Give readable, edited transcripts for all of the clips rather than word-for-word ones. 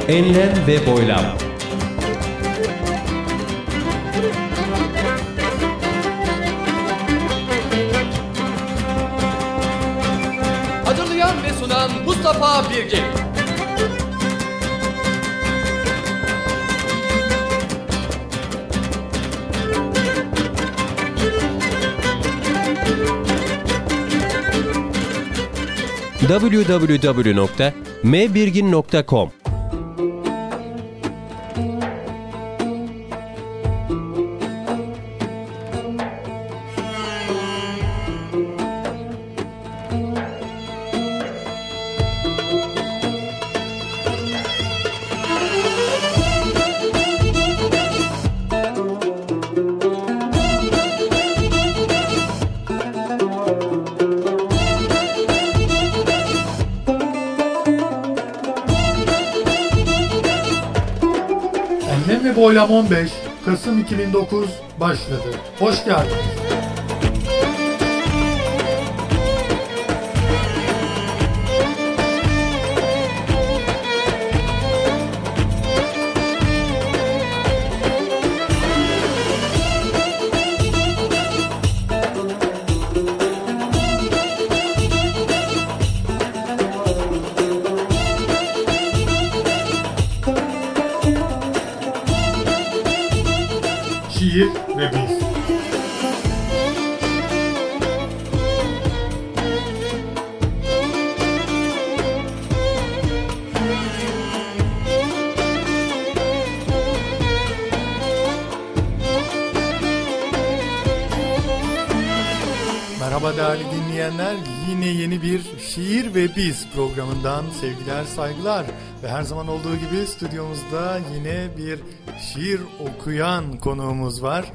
Enlem ve boylam. Hazırlayan ve sunan Mustafa Birgin. www.mbirgin.com Enlem ve Boylam 15 Kasım 2009 başladı. Hoş geldiniz. Şiir ve biz. Merhaba değerli dinleyenler, yine yeni bir Şiir ve Biz programından sevgiler, saygılar ve her zaman olduğu gibi stüdyomuzda yine bir şiir okuyan konuğumuz var.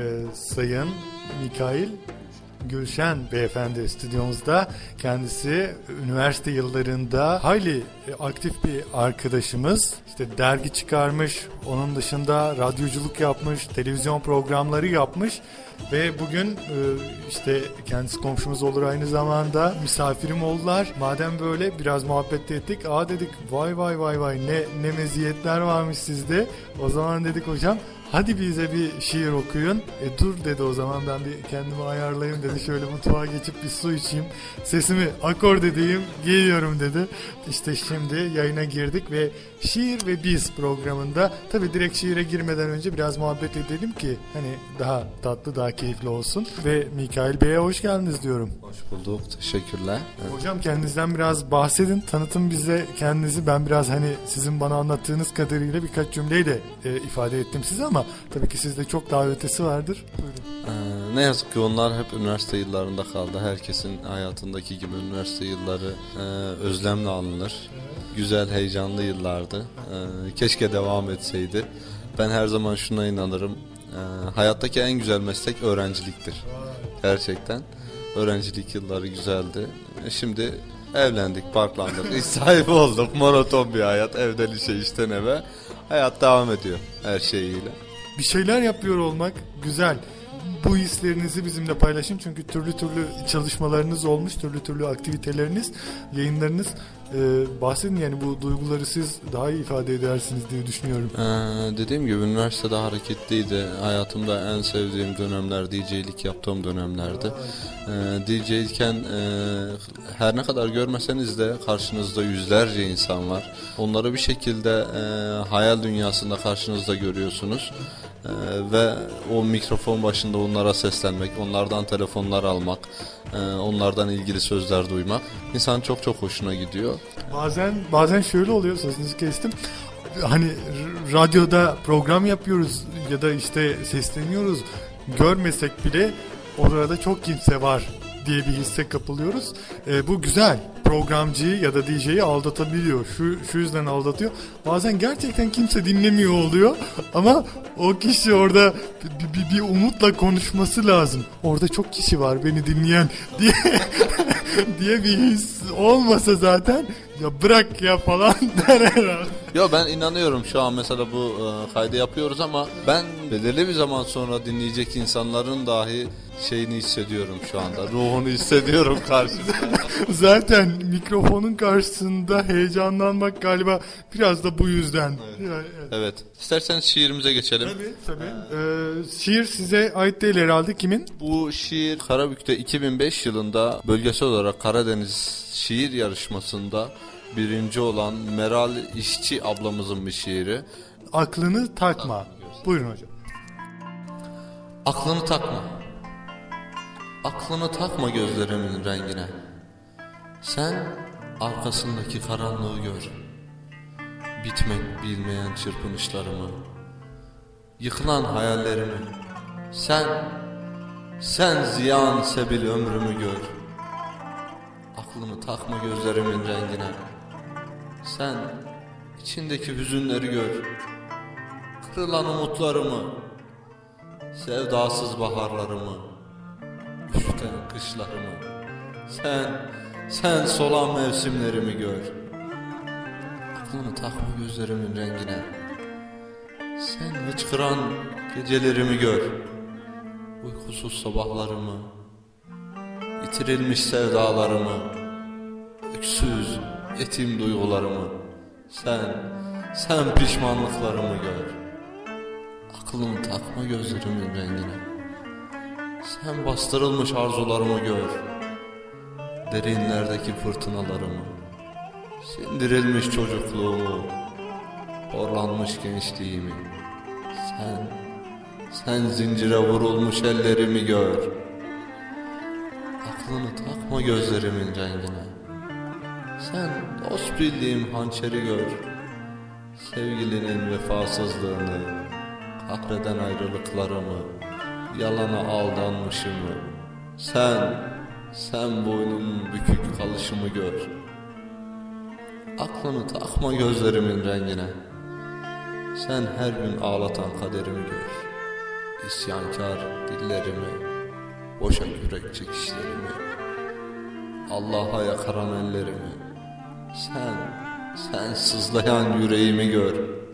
Sayın Mikail Gülşen beyefendi stüdyomuzda. Kendisi üniversite yıllarında hayli aktif bir arkadaşımız. İşte dergi çıkarmış, onun dışında radyoculuk yapmış, televizyon programları yapmış. Ve bugün işte kendisi komşumuz olur, aynı zamanda misafirim oldular. Madem böyle biraz muhabbet ettik. Dedik vay ne meziyetler varmış sizde. O zaman dedik hocam hadi bize bir şiir okuyun. Dur dedi, o zaman ben bir kendimi ayarlayayım dedi. Şöyle mutfağa geçip bir su içeyim. Sesimi akord edeyim, geliyorum dedi. İşte şimdi yayına girdik ve Şiir ve Biz programında tabii direkt şiire girmeden önce biraz muhabbet edelim ki hani daha tatlı, daha keyifli olsun. Ve Mikail Bey'e hoş geldiniz diyorum. Hoş bulduk, teşekkürler. Evet. Hocam kendinizden biraz bahsedin, tanıtın bize kendinizi. Ben biraz hani sizin bana anlattığınız kadarıyla birkaç cümleyle ifade ettim size ama tabii ki sizde çok daha ötesi vardır. Buyurun. Ne yazık ki onlar hep üniversite yıllarında kaldı. Herkesin hayatındaki gibi üniversite yılları özlemle anılır. Güzel, heyecanlı yıllardı. Keşke devam etseydi. Ben her zaman şuna inanırım. Hayattaki en güzel meslek öğrenciliktir. Gerçekten. Öğrencilik yılları güzeldi. Şimdi evlendik, parklandık, iş sahibi olduk. Monoton bir hayat. Evden işe, işten eve. Hayat devam ediyor her şeyiyle. Bir şeyler yapıyor olmak güzel. Bu hislerinizi bizimle paylaşın çünkü türlü çalışmalarınız olmuş, türlü aktiviteleriniz, yayınlarınız. Bahsedin yani, bu duyguları siz daha iyi ifade edersiniz diye düşünüyorum. Dediğim gibi üniversitede hareketliydi. Hayatımda en sevdiğim dönemler DJ'lik yaptığım dönemlerdi. DJ'yken her ne kadar görmeseniz de karşınızda yüzlerce insan var. Onları bir şekilde hayal dünyasında karşınızda görüyorsunuz. Ve o mikrofon başında onlara seslenmek, onlardan telefonlar almak, onlardan ilgili sözler duymak insan çok hoşuna gidiyor. Bazen şöyle oluyor, sözünüzü kestim. Hani radyoda program yapıyoruz ya da işte sesleniyoruz, görmesek bile orada çok kimse var diye bir hisse kapılıyoruz. Bu güzel. Programcıyı ya da DJ'yi aldatabiliyor. Şu yüzden aldatıyor. Bazen gerçekten kimse dinlemiyor oluyor. Ama o kişi orada bir umutla konuşması lazım. Orada çok kişi var beni dinleyen diye bir his olmasa zaten ya bırak ya falan der herhalde. Yo, ben inanıyorum şu an mesela bu kaydı yapıyoruz ama ben belirli bir zaman sonra dinleyecek insanların dahi şeyini hissediyorum şu anda. Ruhunu hissediyorum karşımda. Zaten mikrofonun karşısında heyecanlanmak galiba biraz da bu yüzden. Evet. Yani, Evet. İsterseniz şiirimize geçelim. Tabii. Şiir size ait değil herhalde. Kimin? Bu şiir Karabük'te 2005 yılında bölgesel olarak Karadeniz şiir yarışmasında birinci olan Meral İşçi ablamızın bir şiiri. Aklını takma. Buyurun hocam. Aklını takma. Aklını takma gözlerimin rengine. Sen arkasındaki karanlığı gör. Bitmek bilmeyen çırpınışlarımı, yıkılan hayallerimi. Sen ziyan sebil ömrümü gör. Aklını takma gözlerimin rengine. Sen içindeki hüzünleri gör. Kırılan umutlarımı, sevdasız baharlarımı, üşüten kışlarımı. Sen solan mevsimlerimi gör. Aklını takma gözlerimin rengine. Sen hıçkıran gecelerimi gör. Uykusuz sabahlarımı, yitirilmiş sevdalarımı, öksüz yetim duygularımı. Sen pişmanlıklarımı gör. Aklını takma gözlerimin rengine. Sen bastırılmış arzularımı gör. Derinlerdeki fırtınalarımı, sindirilmiş çocukluğumu, horlanmış gençliğimi. Sen zincire vurulmuş ellerimi gör. Aklını takma gözlerimin rengine. Sen dost bildiğim hançeri gör. Sevgilinin vefasızlığını, kahreden ayrılıklarımı, yalana aldanmışımı. Sen boynunun bükük kalışımı gör. Aklını takma gözlerimin rengine. Sen her gün ağlatan kaderimi gör. İsyankar dillerimi, boşa yürek çekişlerimi, Allah'a yakaran ellerimi. Sen sızlayan yüreğimi gör.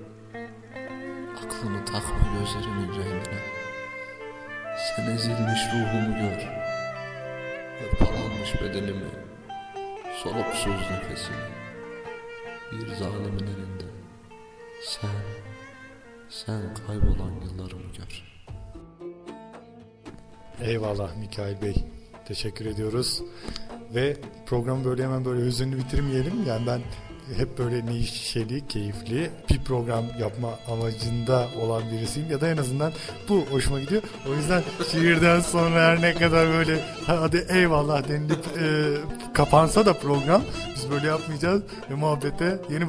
Aklını takma gözlerimin rengine. Sen ezilmiş ruhumu gör. Hırpalanmış bedenimi, soluksuz nefesimi. Bir zalimin elinde. Sen kaybolan yıllarımı gör. Eyvallah Mikail Bey. Teşekkür ediyoruz. Ve programı böyle hemen böyle hüzünlü bitirmeyelim. Yani ben hep böyle neşeli, keyifli bir program yapma amacında olan birisiyim. Ya da en azından bu hoşuma gidiyor. O yüzden şiirden sonra her ne kadar böyle hadi eyvallah denilip kapansa da program, biz böyle yapmayacağız ve muhabbete yeni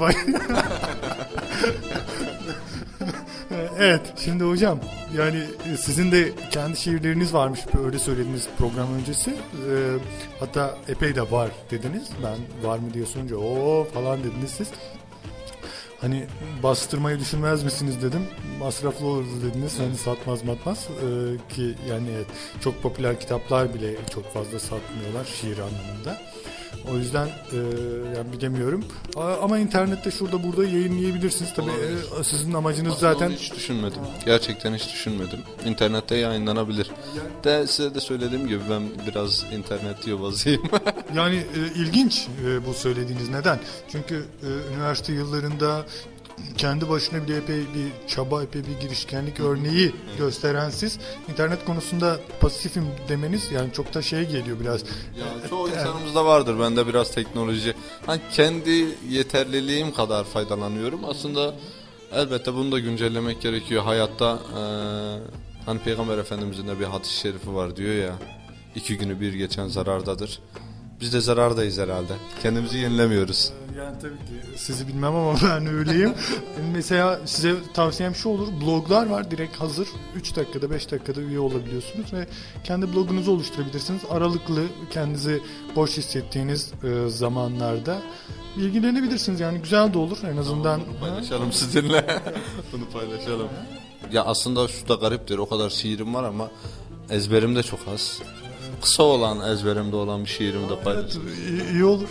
Evet, şimdi hocam yani sizin de kendi şiirleriniz varmış, öyle söylediniz program öncesi. Hatta epey de var dediniz. Ben var mı diye sorunca o falan dediniz siz. Hani bastırmayı düşünmez misiniz dedim. Masraflı olurdu dediniz. Hani satmaz ki yani evet, çok popüler kitaplar bile çok fazla satmıyorlar şiir anlamında. O yüzden yani bilemiyorum. Ama internette şurada burada yayınlayabilirsiniz. Tabii sizin amacınız aslında zaten... hiç düşünmedim. Gerçekten hiç düşünmedim. İnternette yayınlanabilir. De size de söylediğim gibi ben biraz internet yobazıyım. Yani ilginç bu söylediğiniz. Neden? Çünkü üniversite yıllarında kendi başına bile epey bir çaba, epey bir girişkenlik örneği gösteren siz, internet konusunda pasifim demeniz yani çok da şey geliyor biraz. Ya çoğu insanımızda vardır. Ben de biraz teknoloji. Kendi yeterliliğim kadar faydalanıyorum. Aslında elbette bunu da güncellemek gerekiyor. Hayatta hani Peygamber Efendimizin de bir hadis-i şerifi var diyor ya. 2 günü bir geçen zarardadır. Biz de zarardayız herhalde. Kendimizi yenilemiyoruz. Yani tabii ki sizi bilmem ama ben öyleyim. Mesela size tavsiyem şu olur. Bloglar var direkt hazır. 3 dakikada 5 dakikada üye olabiliyorsunuz ve kendi blogunuzu oluşturabilirsiniz. Aralıklı, kendinizi boş hissettiğiniz zamanlarda ilgilenebilirsiniz. Yani güzel de olur en azından. Tamam, paylaşalım sizinle. Bunu paylaşalım. Ya aslında şu da gariptir. O kadar şiirim var ama ezberim de çok az. Kısa olan ezberimde olan bir şiirimi de paylaşayım. Evet, iyi olur.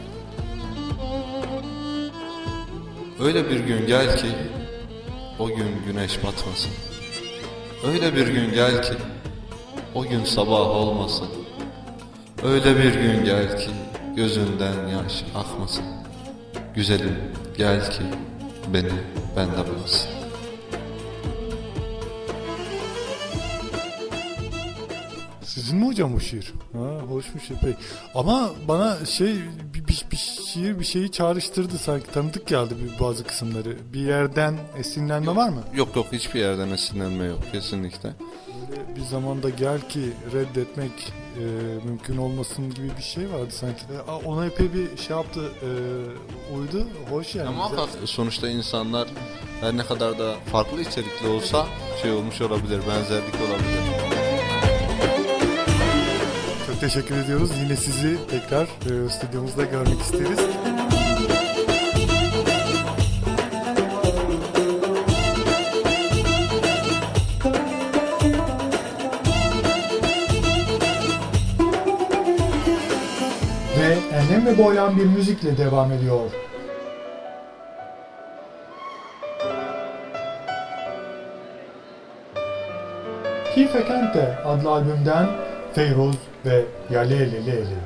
Öyle bir gün gel ki o gün güneş batmasın. Öyle bir gün gel ki o gün sabah olmasın. Öyle bir gün gel ki gözünden yaş akmasın. Güzelim gel ki beni bende bulasın. Sizin mi hocam bu şiir? Ha, hoşmuş epey. Ama bana bir şiir bir şeyi çağrıştırdı sanki. Tanıdık geldi bazı kısımları. Bir yerden esinlenme var mı? Yok hiçbir yerden esinlenme yok kesinlikle. Böyle bir zamanda gel ki reddetmek mümkün olmasın gibi bir şey vardı sanki. Ona epey bir şey yaptı, uydu. Hoş yani. Ama sonuçta insanlar her ne kadar da farklı içerikli olsa şey olmuş olabilir, benzerlik olabilir. Çok teşekkür ediyoruz. Yine sizi tekrar stüdyomuzda görmek isteriz. Ve enlem ve boylan bir müzikle devam ediyor. Kifekente adlı albümden Feyruz ve Yaleli Leli.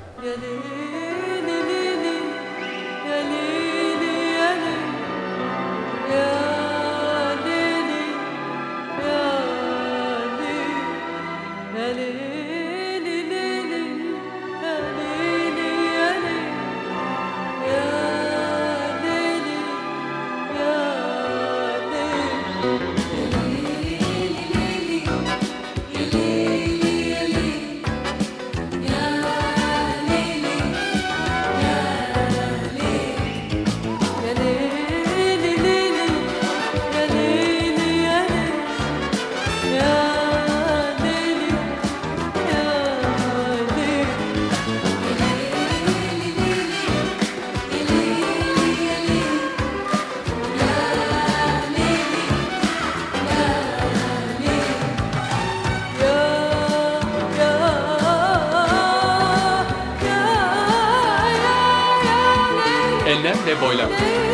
Enlem ve boylam.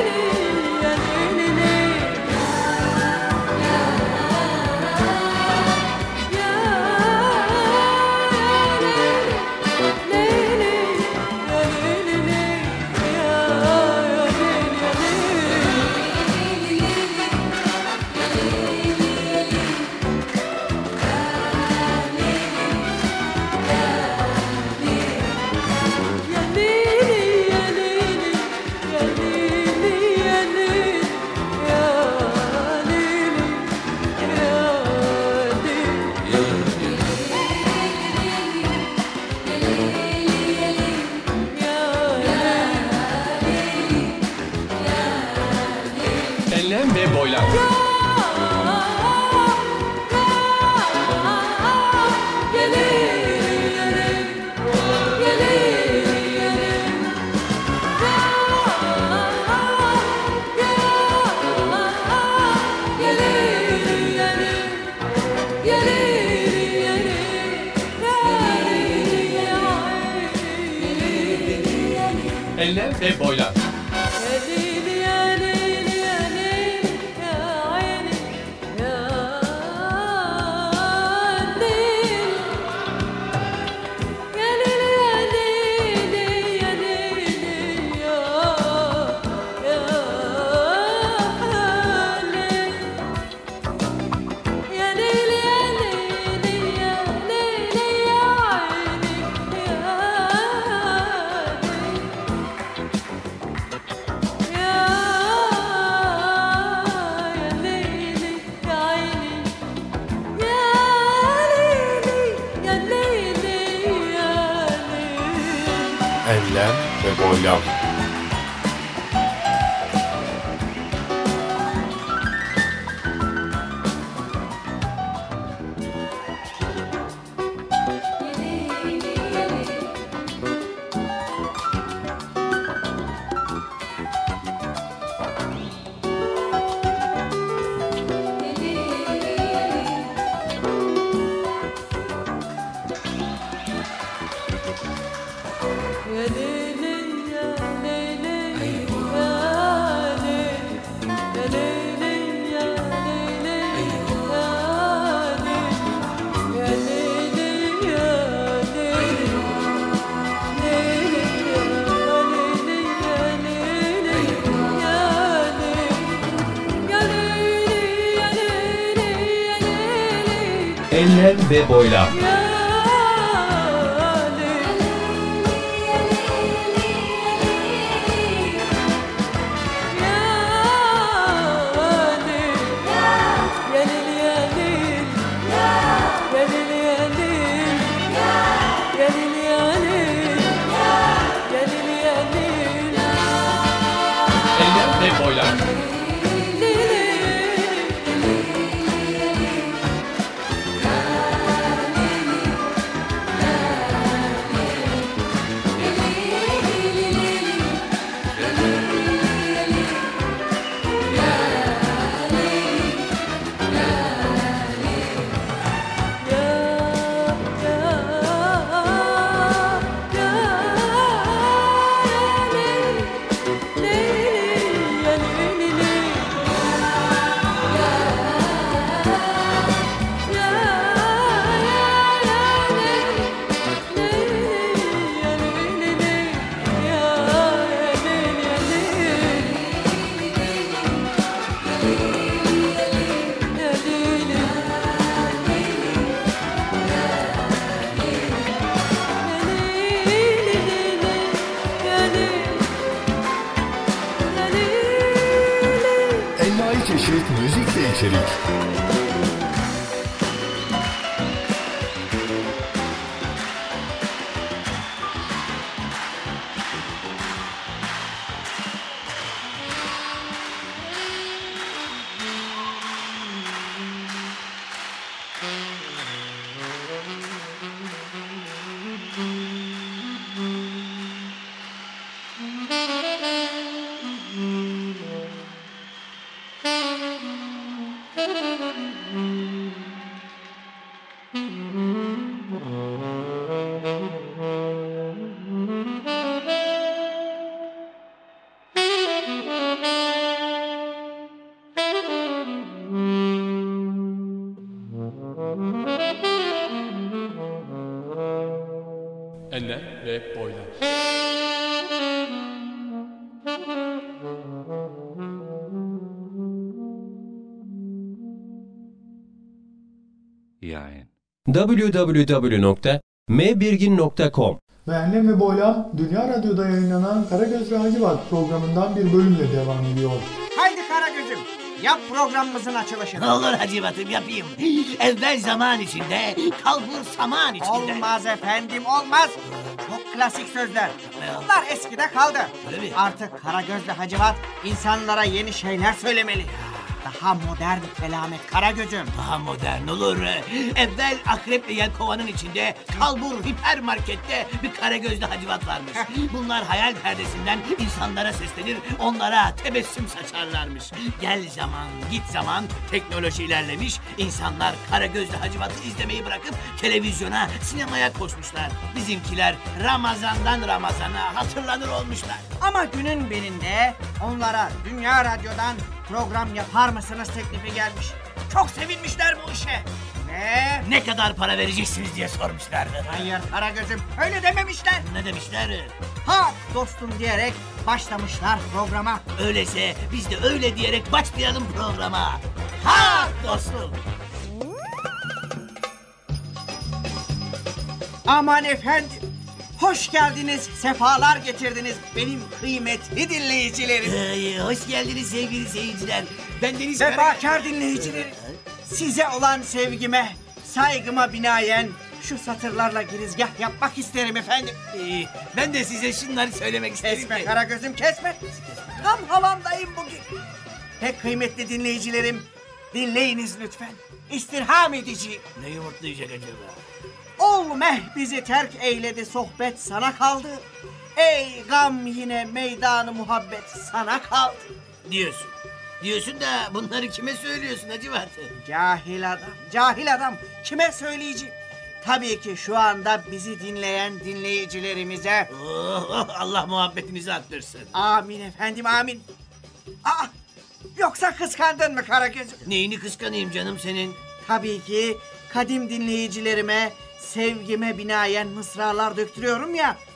Enlem ve boylam. Enlem ve boylam. Enlem ve boylam. Enlem ve boylam. Enlem ve boylam. Çeşit müzik ve içerik. Enlem ve boylam. Yayın. www.mbirgin.com Ve Enlem ve Boylam Dünya Radyo'da yayınlanan Karagöz ve Hacivat programından bir bölümle devam ediyor. Haydi Karagöz'üm, yap programımızın açılışını. Olur Hacivat'ım yapayım. Evvel zaman içinde, kalbur saman içinde. Olmaz efendim, olmaz. Çok klasik sözler. Bunlar eskide kaldı. Öyle mi? Artık Karagöz ve Hacivat insanlara yeni şeyler söylemeli. Daha modern kelamet Karagöz'üm. Daha modern olur. Evvel akreple yelkovanın içinde, kalbur hipermarkette bir Karagözlü Hacivat varmış. Bunlar hayal perdesinden insanlara seslenir, onlara tebessüm saçarlarmış. Gel zaman, git zaman, teknoloji ilerlemiş. İnsanlar Karagözlü Hacivat'ı izlemeyi bırakıp televizyona, sinemaya koşmuşlar. Bizimkiler Ramazan'dan Ramazan'a hatırlanır olmuşlar. Ama günün birinde onlara Dünya Radyo'dan program yapar mısınız teklifi gelmiş. Çok sevinmişler bu işe. Ne kadar para vereceksiniz diye sormuşlardı. Hayır Karagöz'üm, öyle dememişler. Ne demişler? Ha dostum diyerek başlamışlar programa. Öyleyse biz de öyle diyerek başlayalım programa. Ha dostum. Aman efendim, hoş geldiniz, sefalar getirdiniz benim kıymetli dinleyicilerim. Hoş geldiniz sevgili seyirciler. Bendeniz Vefakar dinleyicilerim. Size olan sevgime, saygıma binaen şu satırlarla girizgah yapmak isterim efendim. Ben de size şunları söylemek isterim. Kesme Karagöz'üm, kesme. Tam havamdayım bugün. Pek kıymetli dinleyicilerim, dinleyiniz lütfen. İstirham edeceğim. Ne yumurtlayacak acaba? Ol meh bizi terk eyledi, sohbet sana kaldı. Ey gam yine meydanı muhabbet sana kaldı. Diyorsun. Diyorsun da bunları kime söylüyorsun Hacivat? Cahil adam kime söyleyeceğim? Tabii ki şu anda bizi dinleyen dinleyicilerimize. Allah muhabbetinizi arttırsın. Amin efendim, amin. Aa, yoksa kıskandın mı Karagöz'üm? Neyini kıskanayım canım senin? Tabii ki kadim dinleyicilerime sevgime binaen mısralar döktürüyorum ya.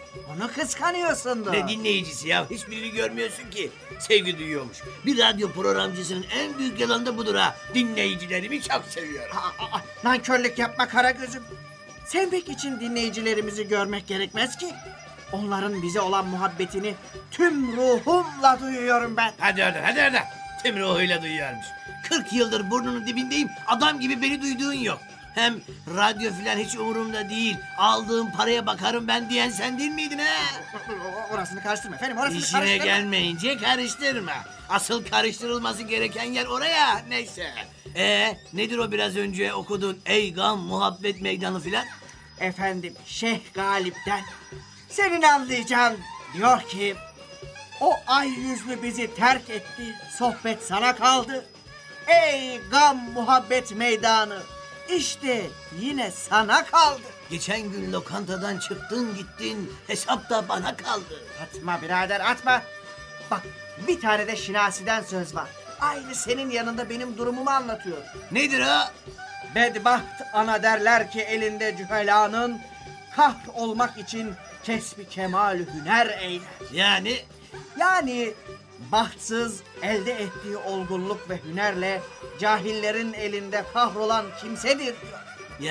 Onu kıskanıyorsundur. Ne dinleyicisi ya? Hiçbirini görmüyorsun ki. Sevgi duyuyormuş. Bir radyo programcısının en büyük yalanı da budur ha. Dinleyicilerimi çok seviyorum. Nankörlük yapma Karagöz'üm. Sevmek için dinleyicilerimizi görmek gerekmez ki. Onların bize olan muhabbetini tüm ruhumla duyuyorum ben. Hadi oradan. Tüm ruhuyla duyuyormuş. 40 yıldır burnunun dibindeyim. Adam gibi beni duyduğun yok. Hem radyo filan hiç umurumda değil. Aldığım paraya bakarım ben diyen sen değil miydin ha? Orasını karıştırma efendim, orasını İşine karıştırma. gelmeyince karıştırma. Asıl karıştırılması gereken yer oraya. Neyse. Nedir o biraz önce okuduğun ey gam muhabbet meydanı filan? Efendim Şeyh Galip'ten senin anlayacağın diyor ki o ay yüzlü bizi terk etti, sohbet sana kaldı. Ey gam muhabbet meydanı, işte yine sana kaldı. Geçen gün lokantadan çıktın gittin, hesap da bana kaldı. Atma birader, atma. Bak bir tane de Şinasi'den söz var. Aynı senin yanında benim durumumu anlatıyor. Nedir o? Bedbaht ana derler ki elinde cühelanın, kahr olmak için kesbi kemal hüner eyler. Yani bahtsız elde ettiği olgunluk ve hünerle cahillerin elinde kahrolan kimsedir diyor.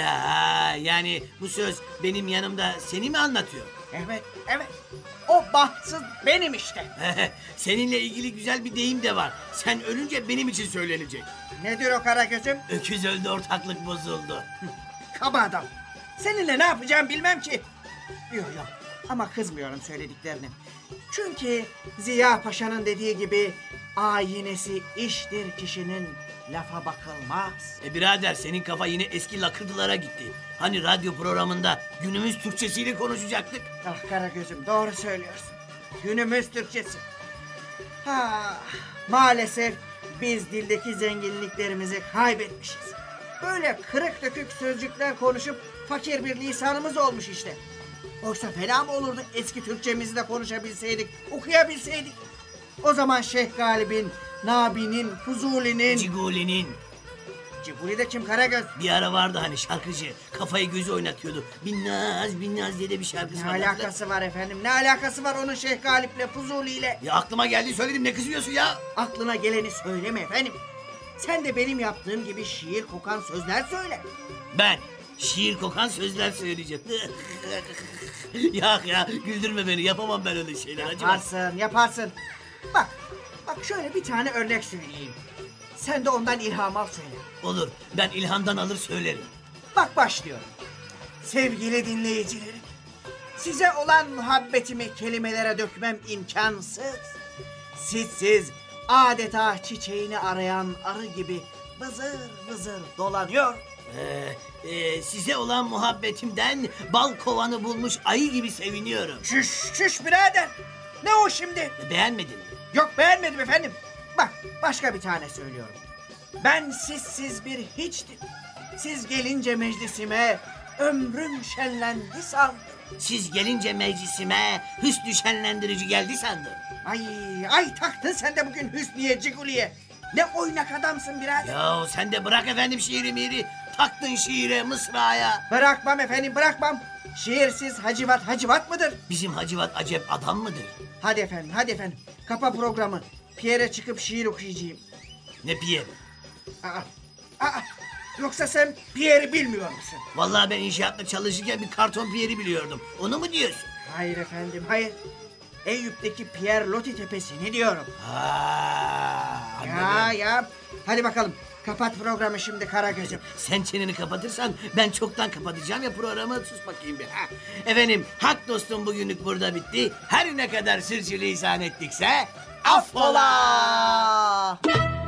Yani bu söz benim yanımda seni mi anlatıyor? Evet. O bahtsız benim işte. Seninle ilgili güzel bir deyim de var. Sen ölünce benim için söylenecek. Nedir o Karagöz'üm? Öküz öldü, ortaklık bozuldu. Kaba adam. Seninle ne yapacağım bilmem ki. Yok ama kızmıyorum söylediklerine. Çünkü Ziya Paşa'nın dediği gibi ayinesi iştir kişinin, lafa bakılmaz. Birader senin kafa yine eski lakırdılara gitti. Hani radyo programında günümüz Türkçesiyle konuşacaktık. Ah Karagöz'üm, doğru söylüyorsun. Günümüz Türkçesi. Maalesef biz dildeki zenginliklerimizi kaybetmişiz. Böyle kırık dökük sözcükler konuşup fakir bir lisanımız olmuş işte. Oysa fena mı olurdu eski Türkçemizi de konuşabilseydik, okuyabilseydik? O zaman Şeyh Galip'in, Nabi'nin, Fuzuli'nin... Ciguli de kim Karagöz? Bir ara vardı hani şarkıcı, kafayı gözü oynatıyordu. Binnaz diye de bir şarkısı Ne var. alakası var efendim? Ne alakası var onun Şeyh Galip'le, Fuzuli'yle? Ya aklıma geldi söyledim, ne kızıyorsun ya? Aklına geleni söyleme efendim. Sen de benim yaptığım gibi şiir kokan sözler söyle. Ben şiir kokan sözler söyleyeceğim. Ya güldürme beni, yapamam ben öyle şeyler. Yaparsın. Bak şöyle bir tane örnek söyleyeyim. Sen de ondan ilham al söyle. Olur, ben ilhamdan alır söylerim. Bak başlıyorum. Sevgili dinleyicilerim, size olan muhabbetimi kelimelere dökmem imkansız. Sizsiz adeta çiçeğini arayan arı gibi vızır vızır dolanıyor. Size olan muhabbetimden bal kovanı bulmuş ayı gibi seviniyorum. Şüş birader. Ne o şimdi? Beğenmedin mi? Yok, beğenmedim efendim. Bak başka bir tane söylüyorum. Ben sizsiz bir hiçtim. Siz gelince meclisime ömrüm şenlendi sandım. Siz gelince meclisime hüsnü şenlendirici geldi sandım. Ay taktın sen de bugün Hüsniye Ciguli'ye. Ne oynak adamsın birader. Ya sen de bırak efendim şiiri miri. Taktın şiire, mısraya. Bırakmam efendim, bırakmam. Şiirsiz hacivat mıdır? Bizim Hacivat acep adam mıdır? Hadi efendim. Kapa programı. Pierre'e çıkıp şiir okuyacağım. Ne Pierre? Yoksa sen Pierre'i bilmiyor musun? Vallahi ben inşaatta çalışırken bir karton Pierre'i biliyordum. Onu mu diyorsun? Hayır efendim, hayır. Eyüp'teki Pierre Loti tepesini diyorum. Anladım. Ya. Hadi bakalım. Kapat programı şimdi Karagöz'üm. Sen çeneni kapatırsan ben çoktan kapatacağım ya programı. Sus bakayım bir. Efendim hak dostum bugünlük burada bitti. Her ne kadar sürçülisan ettikse affola.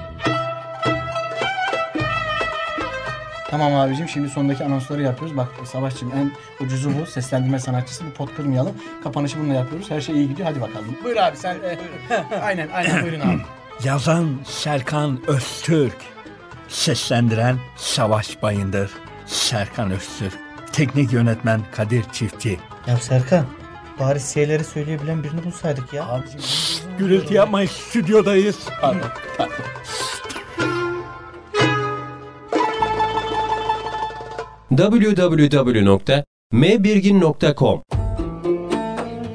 Tamam abicim, şimdi sondaki anonsları yapıyoruz. Bak Savaşçığım, en ucuzu bu. Seslendirme sanatçısı. Bir pot kırmayalım. Kapanışı bununla yapıyoruz. Her şey iyi gidiyor. Hadi bakalım. Buyur abi sen. Aynen buyurun abi. Yazan Serkan Öztürk. Seslendiren Savaş Bayındır. Serkan Öztürk. Teknik yönetmen Kadir Çiftçi. Ya Serkan, bari S'leri söyleyebilen birini bulsaydık ya. Abicim, gürültü yapmayın, stüdyodayız. Pardon. www.mbirgin.com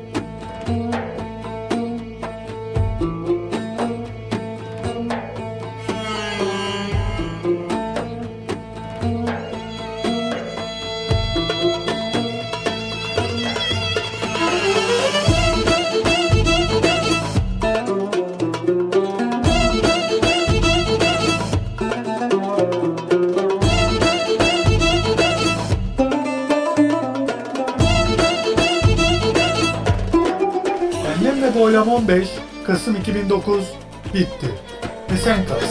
15 Kasım 2009 bitti. Esen kal.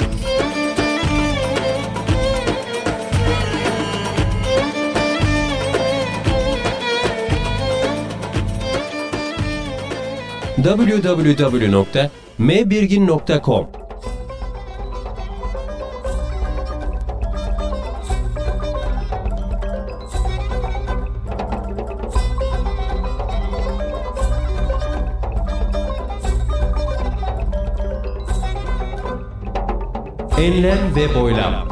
www.mbirgin.com Enlem ve boylam.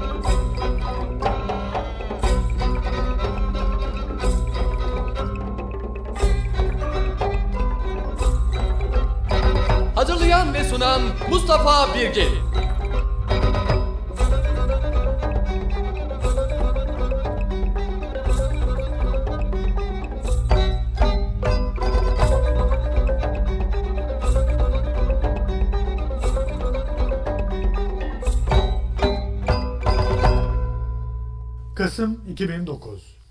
Hazırlayan ve sunan Mustafa Birgin. Kasım 2009